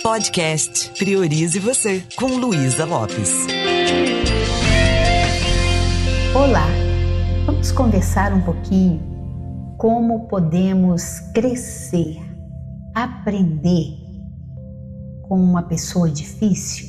Podcast Priorize Você, com Luísa Lopes. Olá, vamos conversar um pouquinho como podemos crescer, aprender com uma pessoa difícil.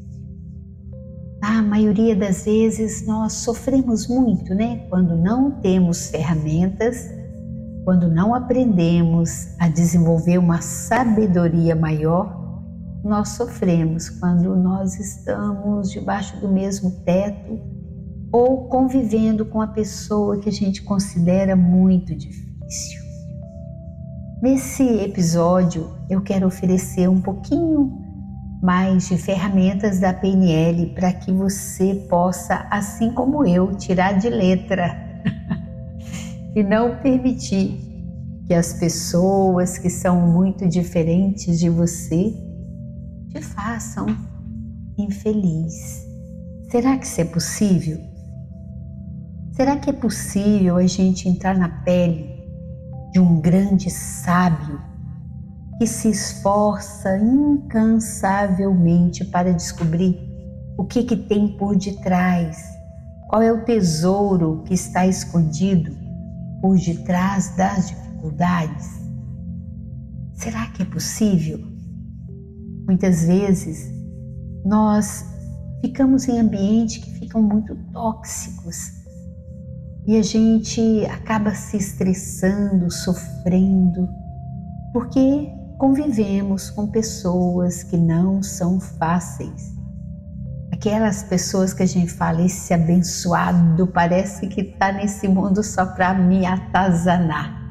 A maioria das vezes nós sofremos muito, né? Quando não temos ferramentas, quando não aprendemos a desenvolver uma sabedoria maior, nós sofremos quando nós estamos debaixo do mesmo teto ou convivendo com a pessoa que a gente considera muito difícil. Nesse episódio, eu quero oferecer um pouquinho mais de ferramentas da PNL para que você possa, assim como eu, tirar de letra e não permitir que as pessoas que são muito diferentes de você te façam infeliz. Será que isso é possível? Será que é possível a gente entrar na pele de um grande sábio que se esforça incansavelmente para descobrir o que tem por detrás? Qual é o tesouro que está escondido por detrás das dificuldades? Será que é possível? Muitas vezes nós ficamos em ambientes que ficam muito tóxicos e a gente acaba se estressando, sofrendo, porque convivemos com pessoas que não são fáceis. Aquelas pessoas que a gente fala, esse abençoado parece que está nesse mundo só para me atazanar.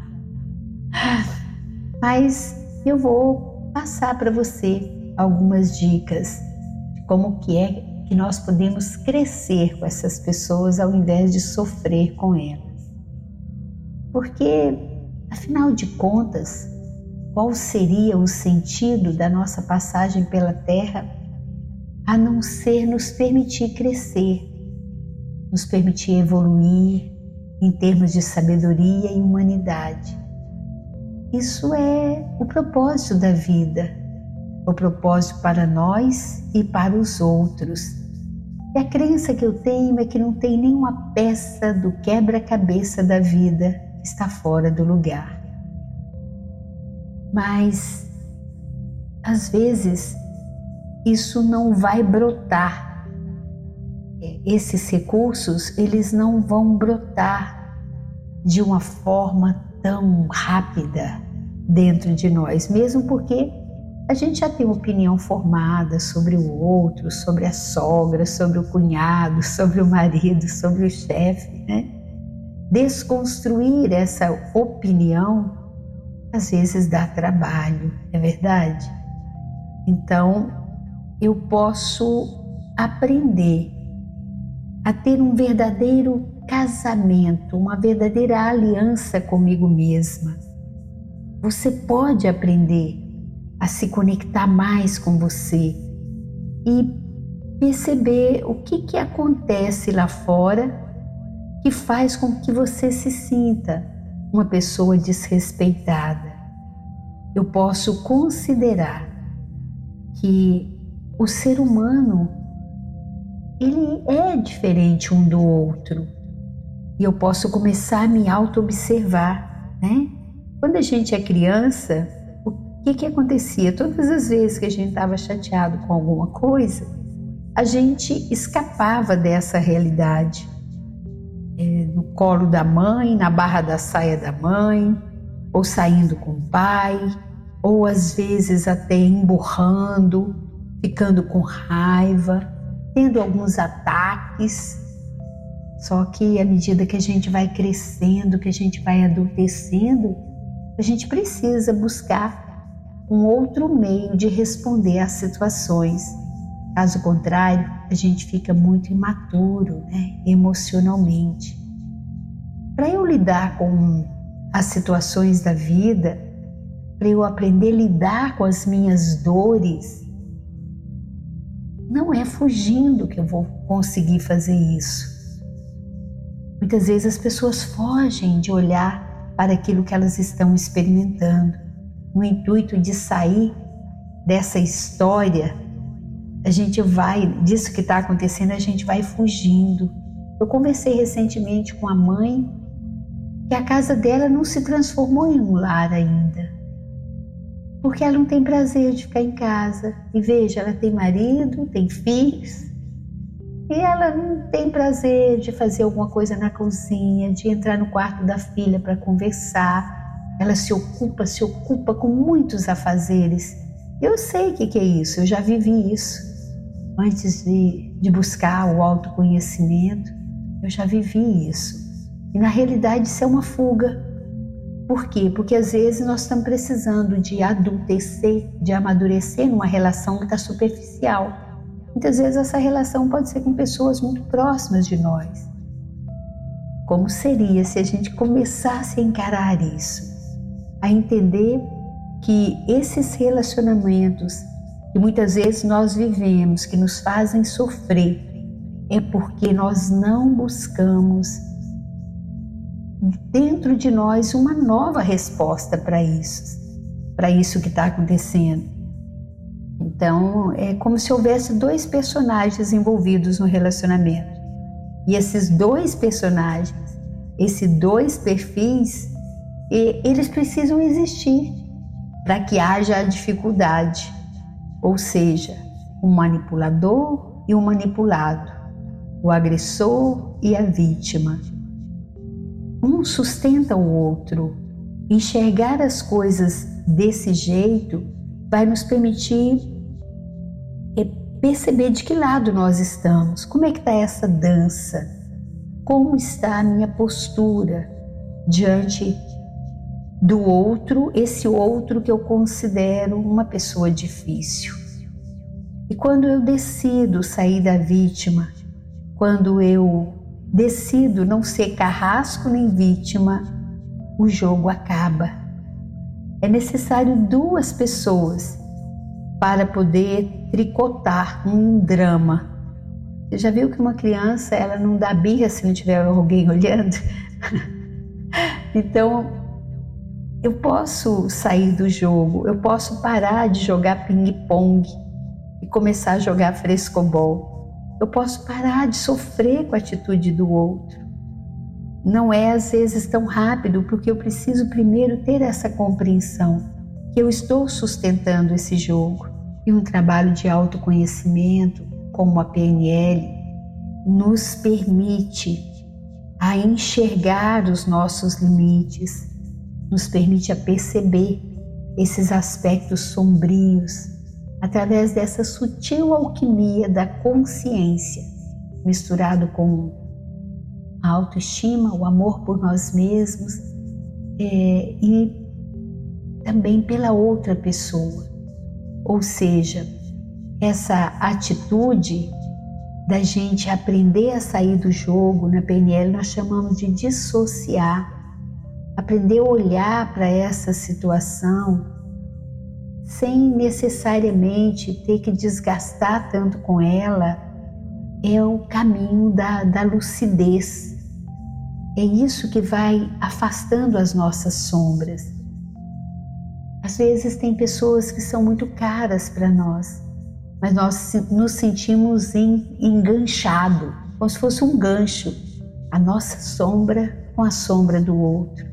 Mas eu vou passar para você algumas dicas de como que é que nós podemos crescer com essas pessoas ao invés de sofrer com elas. Porque, afinal de contas, qual seria o sentido da nossa passagem pela Terra a não ser nos permitir crescer, nos permitir evoluir em termos de sabedoria e humanidade? Isso é o propósito da vida, o propósito para nós e para os outros. E a crença que eu tenho é que não tem nenhuma peça do quebra-cabeça da vida que está fora do lugar. Mas, às vezes, isso não vai brotar. Esses recursos, eles não vão brotar de uma forma tão rápida dentro de nós, mesmo porque a gente já tem uma opinião formada sobre o outro, sobre a sogra, sobre o cunhado, sobre o marido, sobre o chefe, né? Desconstruir essa opinião às vezes dá trabalho, é verdade? Então, eu posso aprender a ter um verdadeiro casamento, uma verdadeira aliança comigo mesma. Você pode aprender a se conectar mais com você e perceber o que acontece lá fora que faz com que você se sinta uma pessoa desrespeitada. Eu posso considerar que o ser humano, ele é diferente um do outro e eu posso começar a me auto-observar, né? Quando a gente é criança, o que acontecia? Todas as vezes que a gente estava chateado com alguma coisa, a gente escapava dessa realidade. No colo da mãe, na barra da saia da mãe, ou saindo com o pai, ou às vezes até emburrando, ficando com raiva, tendo alguns ataques. Só que à medida que a gente vai crescendo, que a gente vai adultecendo, a gente precisa buscar um outro meio de responder às situações. Caso contrário, a gente fica muito imaturo, né, emocionalmente. Para eu lidar com as situações da vida, para eu aprender a lidar com as minhas dores, não é fugindo que eu vou conseguir fazer isso. Muitas vezes as pessoas fogem de olhar para aquilo que elas estão experimentando, no intuito de sair dessa história, a gente vai, disso que está acontecendo, a gente vai fugindo. Eu conversei recentemente com a mãe que a casa dela não se transformou em um lar ainda, porque ela não tem prazer de ficar em casa. E veja, ela tem marido, tem filhos, e ela não tem prazer de fazer alguma coisa na cozinha, de entrar no quarto da filha para conversar. Ela se ocupa com muitos afazeres. Eu sei o que é isso, eu já vivi isso. Antes de buscar o autoconhecimento, eu já vivi isso. E na realidade isso é uma fuga. Por quê? Porque às vezes nós estamos precisando de adultecer, de amadurecer numa relação que está superficial. Muitas vezes essa relação pode ser com pessoas muito próximas de nós. Como seria se a gente começasse a encarar isso? A entender que esses relacionamentos que muitas vezes nós vivemos, que nos fazem sofrer, é porque nós não buscamos dentro de nós uma nova resposta para isso que está acontecendo. Então, é como se houvesse dois personagens envolvidos no relacionamento. E esses dois personagens, esses dois perfis, eles precisam existir para que haja a dificuldade, ou seja, o manipulador e o manipulado, o agressor e a vítima. Um sustenta o outro. Enxergar as coisas desse jeito vai nos permitir perceber de que lado nós estamos, como é que está essa dança, como está a minha postura diante do outro, esse outro que eu considero uma pessoa difícil. E quando eu decido sair da vítima, quando eu decido não ser carrasco nem vítima, o jogo acaba. É necessário duas pessoas para poder tricotar um drama. Você já viu que uma criança, ela não dá birra se não tiver alguém olhando? Então, eu posso sair do jogo, eu posso parar de jogar ping-pong e começar a jogar frescobol. Eu posso parar de sofrer com a atitude do outro. Não é às vezes tão rápido, porque eu preciso primeiro ter essa compreensão que eu estou sustentando esse jogo. E um trabalho de autoconhecimento, como a PNL, nos permite a enxergar os nossos limites, nos permite a perceber esses aspectos sombrios através dessa sutil alquimia da consciência, misturado com a autoestima, o amor por nós mesmos e também pela outra pessoa. Ou seja, essa atitude da gente aprender a sair do jogo, na PNL nós chamamos de dissociar, aprender a olhar para essa situação sem necessariamente ter que desgastar tanto com ela, é o caminho da lucidez. É isso que vai afastando as nossas sombras. Às vezes tem pessoas que são muito caras para nós, mas nós nos sentimos enganchados, como se fosse um gancho, a nossa sombra com a sombra do outro.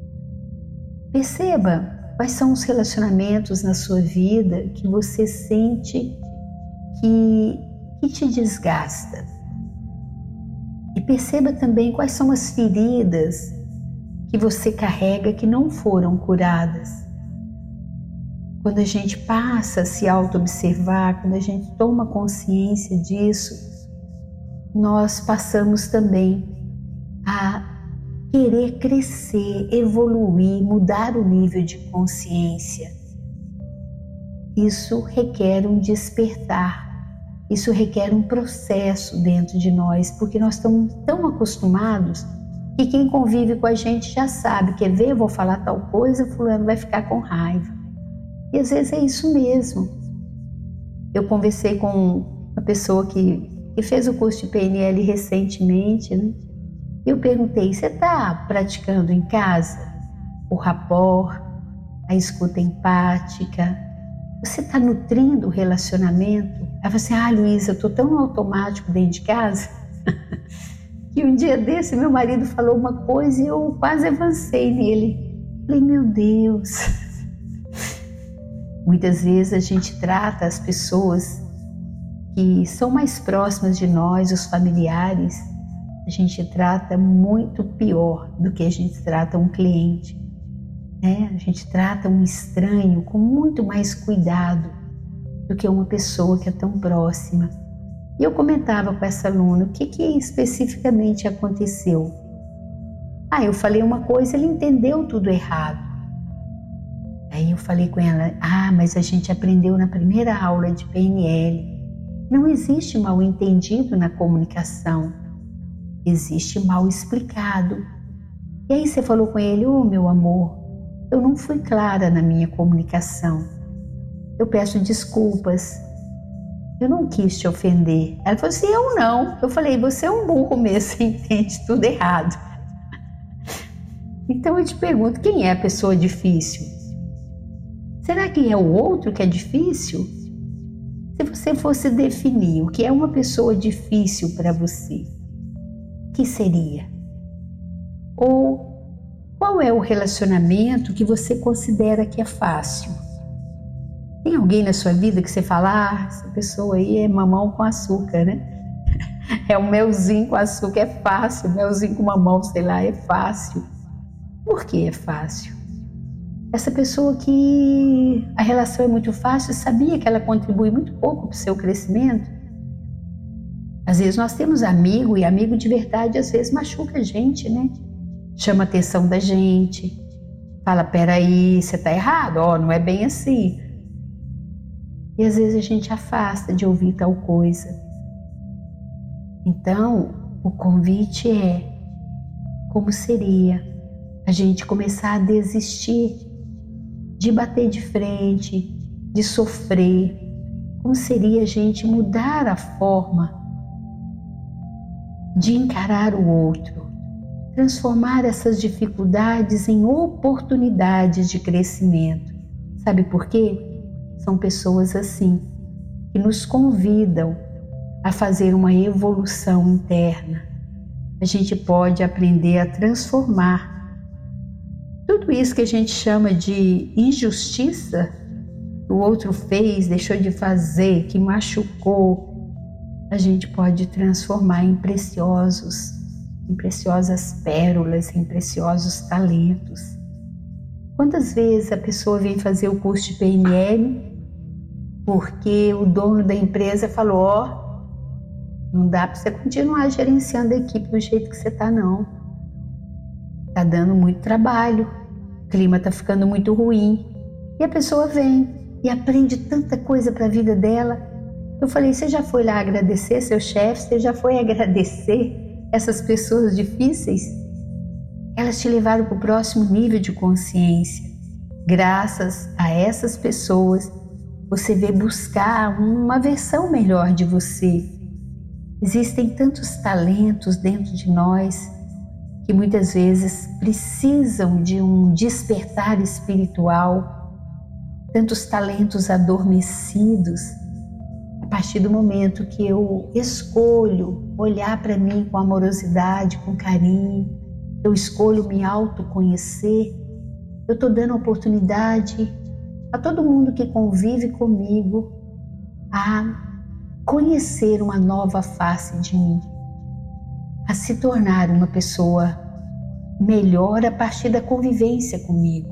Perceba quais são os relacionamentos na sua vida que você sente que te desgasta. E perceba também quais são as feridas que você carrega que não foram curadas. Quando a gente passa a se auto-observar, quando a gente toma consciência disso, nós passamos também a querer crescer, evoluir, mudar o nível de consciência. Isso requer um despertar, isso requer um processo dentro de nós, porque nós estamos tão acostumados que quem convive com a gente já sabe, quer ver, eu vou falar tal coisa, fulano vai ficar com raiva. E às vezes é isso mesmo. Eu conversei com uma pessoa que fez o curso de PNL recentemente, né? Eu perguntei, você está praticando em casa o rapport, a escuta empática, Você está nutrindo o relacionamento? Aí você, Luísa, eu estou tão automático dentro de casa que um dia desse meu marido falou uma coisa e eu quase avancei nele. Falei, meu Deus. Muitas vezes a gente trata as pessoas que são mais próximas de nós, os familiares, a gente trata muito pior do que a gente trata um cliente. A gente trata um estranho com muito mais cuidado do que uma pessoa que é tão próxima. E eu comentava com essa aluna o que especificamente aconteceu. Eu falei uma coisa, ele entendeu tudo errado. Aí eu falei com ela, mas a gente aprendeu na primeira aula de PNL. Não existe mal entendido na comunicação, existe mal explicado. E aí você falou com ele, meu amor, eu não fui clara na minha comunicação. Eu peço desculpas. Eu não quis te ofender. Ela falou assim, eu não. Eu falei, você é um burro mesmo, você entende tudo errado. Então eu te pergunto, quem é a pessoa difícil? Será que é o outro que é difícil? Se você fosse definir o que é uma pessoa difícil para você, o que seria? Ou qual é o relacionamento que você considera que é fácil? Tem alguém na sua vida que você fala, essa pessoa aí é mamão com açúcar, né? É o melzinho com açúcar, é fácil, melzinho com mamão, sei lá, é fácil. Por que é fácil? Essa pessoa que a relação é muito fácil, sabia que ela contribui muito pouco para o seu crescimento? Às vezes nós temos amigo, e amigo de verdade às vezes machuca a gente, né? Chama a atenção da gente, fala, peraí, você está errado, não é bem assim. E às vezes a gente afasta de ouvir tal coisa. Então, o convite é, como seria a gente começar a desistir de bater de frente, de sofrer? Como seria a gente mudar a forma de encarar o outro? Transformar essas dificuldades em oportunidades de crescimento. Sabe por quê? São pessoas assim, que nos convidam a fazer uma evolução interna. A gente pode aprender a transformar tudo isso que a gente chama de injustiça, que o outro fez, deixou de fazer, que machucou, a gente pode transformar em preciosas pérolas, em preciosos talentos. Quantas vezes a pessoa vem fazer o curso de PNL porque o dono da empresa falou, não dá para você continuar gerenciando a equipe do jeito que você está, não. Está dando muito trabalho, o clima está ficando muito ruim. E a pessoa vem e aprende tanta coisa para a vida dela. Eu falei, você já foi lá agradecer seu chefe? Você já foi agradecer essas pessoas difíceis? Elas te levaram para o próximo nível de consciência. Graças a essas pessoas, você vê buscar uma versão melhor de você. Existem tantos talentos dentro de nós que muitas vezes precisam de um despertar espiritual, tantos talentos adormecidos. A partir do momento que eu escolho olhar para mim com amorosidade, com carinho, eu escolho me autoconhecer, eu estou dando oportunidade a todo mundo que convive comigo a conhecer uma nova face de mim, a se tornar uma pessoa melhor a partir da convivência comigo.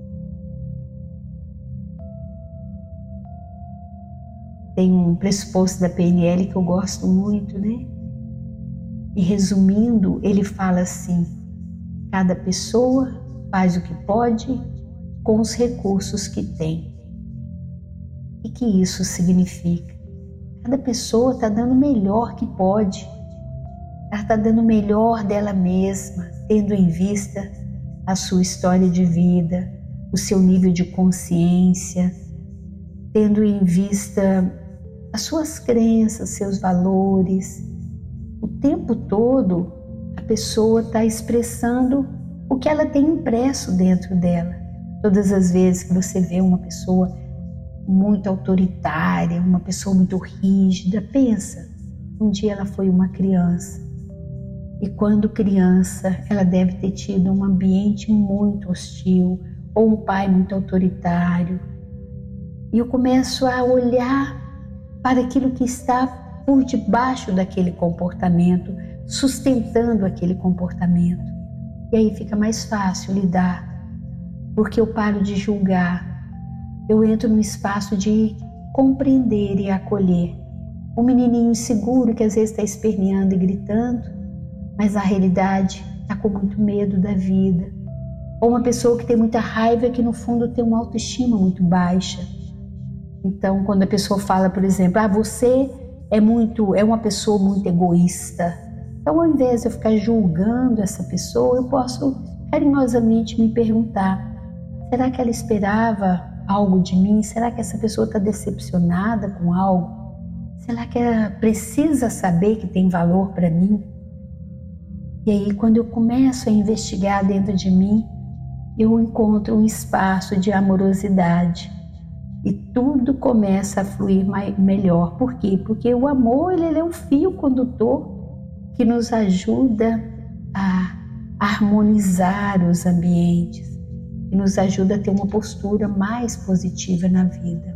Tem um pressuposto da PNL que eu gosto muito, né? E resumindo, ele fala assim: cada pessoa faz o que pode com os recursos que tem. O que isso significa? Cada pessoa está dando o melhor que pode. Ela está dando o melhor dela mesma, tendo em vista a sua história de vida, o seu nível de consciência, tendo em vista as suas crenças, seus valores. O tempo todo a pessoa está expressando o que ela tem impresso dentro dela. Todas as vezes que você vê uma pessoa muito autoritária, uma pessoa muito rígida. Pensa, um dia ela foi uma criança. E quando criança, ela deve ter tido um ambiente muito hostil, ou um pai muito autoritário. E eu começo a olhar para aquilo que está por debaixo daquele comportamento, sustentando aquele comportamento. E aí fica mais fácil lidar, porque eu paro de julgar, eu entro no espaço de compreender e acolher. Um menininho inseguro que às vezes está esperneando e gritando, mas na realidade está com muito medo da vida. Ou uma pessoa que tem muita raiva e que no fundo tem uma autoestima muito baixa. Então, quando a pessoa fala, por exemplo, você é uma pessoa muito egoísta. Então, ao invés de eu ficar julgando essa pessoa, eu posso carinhosamente me perguntar: será que ela esperava algo de mim? Será que essa pessoa está decepcionada com algo? Será que ela precisa saber que tem valor para mim? E aí, quando eu começo a investigar dentro de mim, eu encontro um espaço de amorosidade. E tudo começa a fluir melhor. Por quê? Porque o amor ele é um fio condutor que nos ajuda a harmonizar os ambientes, que nos ajuda a ter uma postura mais positiva na vida.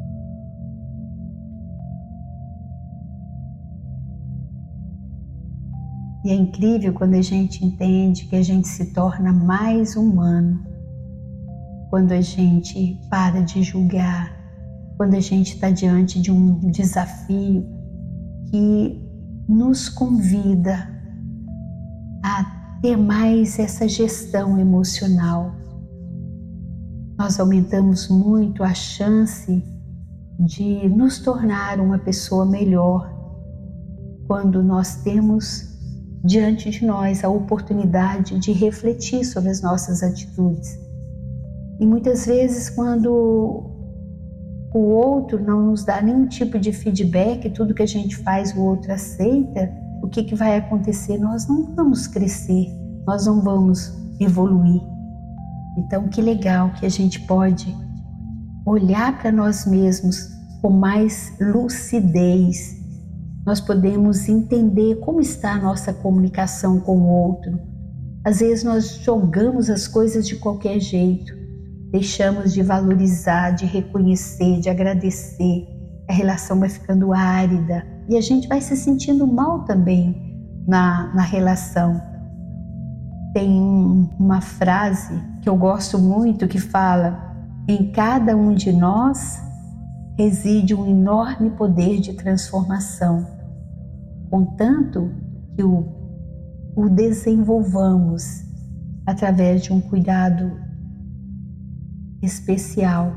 E é incrível quando a gente entende que a gente se torna mais humano, quando a gente para de julgar, quando a gente está diante de um desafio que nos convida a ter mais essa gestão emocional. Nós aumentamos muito a chance de nos tornar uma pessoa melhor quando nós temos diante de nós a oportunidade de refletir sobre as nossas atitudes. E muitas vezes, quando o outro não nos dá nenhum tipo de feedback, tudo que a gente faz o outro aceita, o que vai acontecer? Nós não vamos crescer, nós não vamos evoluir. Então, que legal que a gente pode olhar para nós mesmos com mais lucidez. Nós podemos entender como está a nossa comunicação com o outro. Às vezes nós jogamos as coisas de qualquer jeito, deixamos de valorizar, de reconhecer, de agradecer. A relação vai ficando árida e a gente vai se sentindo mal também na relação. Tem uma frase que eu gosto muito que fala: em cada um de nós reside um enorme poder de transformação, contanto que o desenvolvamos através de um cuidado especial.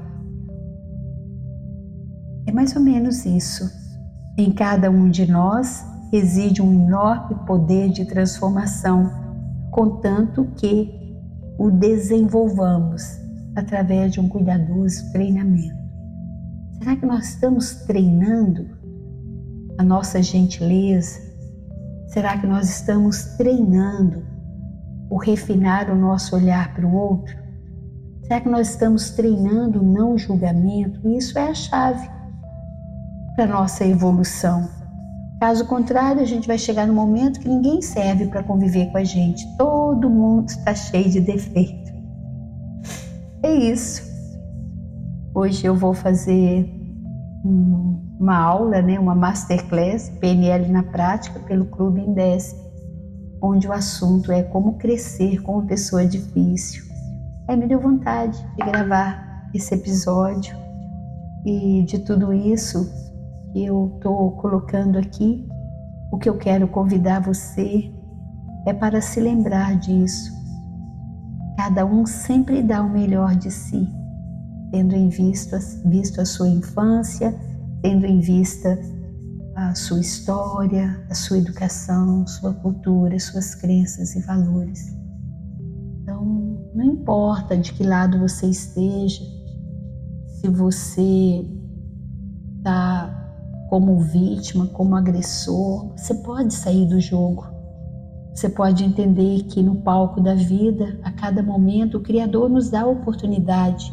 É mais ou menos isso. Em cada um de nós reside um enorme poder de transformação, contanto que o desenvolvamos através de um cuidadoso treinamento. Será que nós estamos treinando a nossa gentileza? Será que nós estamos treinando o refinar o nosso olhar para o outro? Será que nós estamos treinando o não julgamento? Isso é a chave para a nossa evolução. Caso contrário, a gente vai chegar no momento que ninguém serve para conviver com a gente. Todo mundo está cheio de defeito. É isso. Hoje eu vou fazer uma aula, uma masterclass, PNL na prática, pelo Clube Indesp, onde o assunto é como crescer com uma pessoa difícil. Aí me deu vontade de gravar esse episódio e de tudo isso que eu estou colocando aqui, o que eu quero convidar você é para se lembrar disso. Cada um sempre dá o melhor de si, tendo em visto a sua infância, tendo em vista a sua história, a sua educação, sua cultura, suas crenças e valores. Então, não importa de que lado você esteja, se você está como vítima, como agressor, você pode sair do jogo. Você pode entender que no palco da vida, a cada momento, o Criador nos dá a oportunidade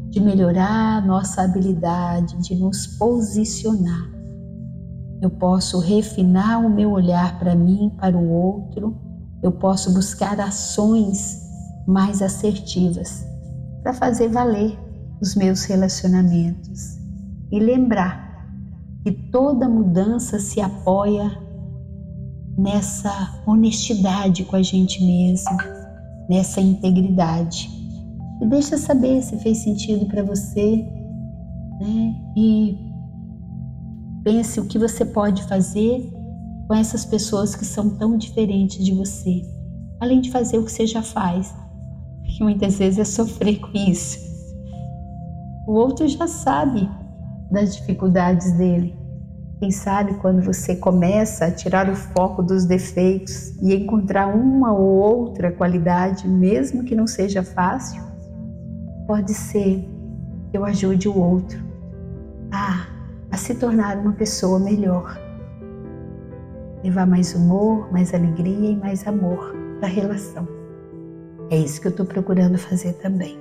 de melhorar a nossa habilidade de nos posicionar. Eu posso refinar o meu olhar para mim, para o outro. Eu posso buscar ações mais assertivas para fazer valer os meus relacionamentos. E lembrar que toda mudança se apoia nessa honestidade com a gente mesmo, nessa integridade. E deixa saber se fez sentido para você, né? E pense o que você pode fazer com essas pessoas que são tão diferentes de você, além de fazer o que você já faz, que muitas vezes é sofrer com isso. O outro já sabe das dificuldades dele. Quem sabe quando você começa a tirar o foco dos defeitos e encontrar uma ou outra qualidade, mesmo que não seja fácil, pode ser que eu ajude o outro a se tornar uma pessoa melhor. Levar mais humor, mais alegria e mais amor para a relação. É isso que eu estou procurando fazer também.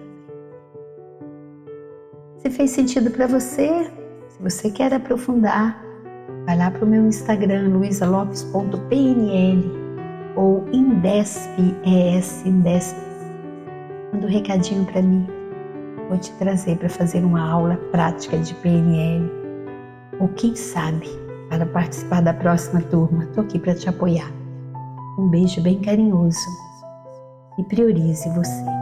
Se fez sentido para você, se você quer aprofundar, vai lá para o meu Instagram, luisalopes.pnl ou Indesp, Indesp. Manda um recadinho para mim. Vou te trazer para fazer uma aula prática de PNL. Ou quem sabe, para participar da próxima turma. Estou aqui para te apoiar. Um beijo bem carinhoso e priorize você.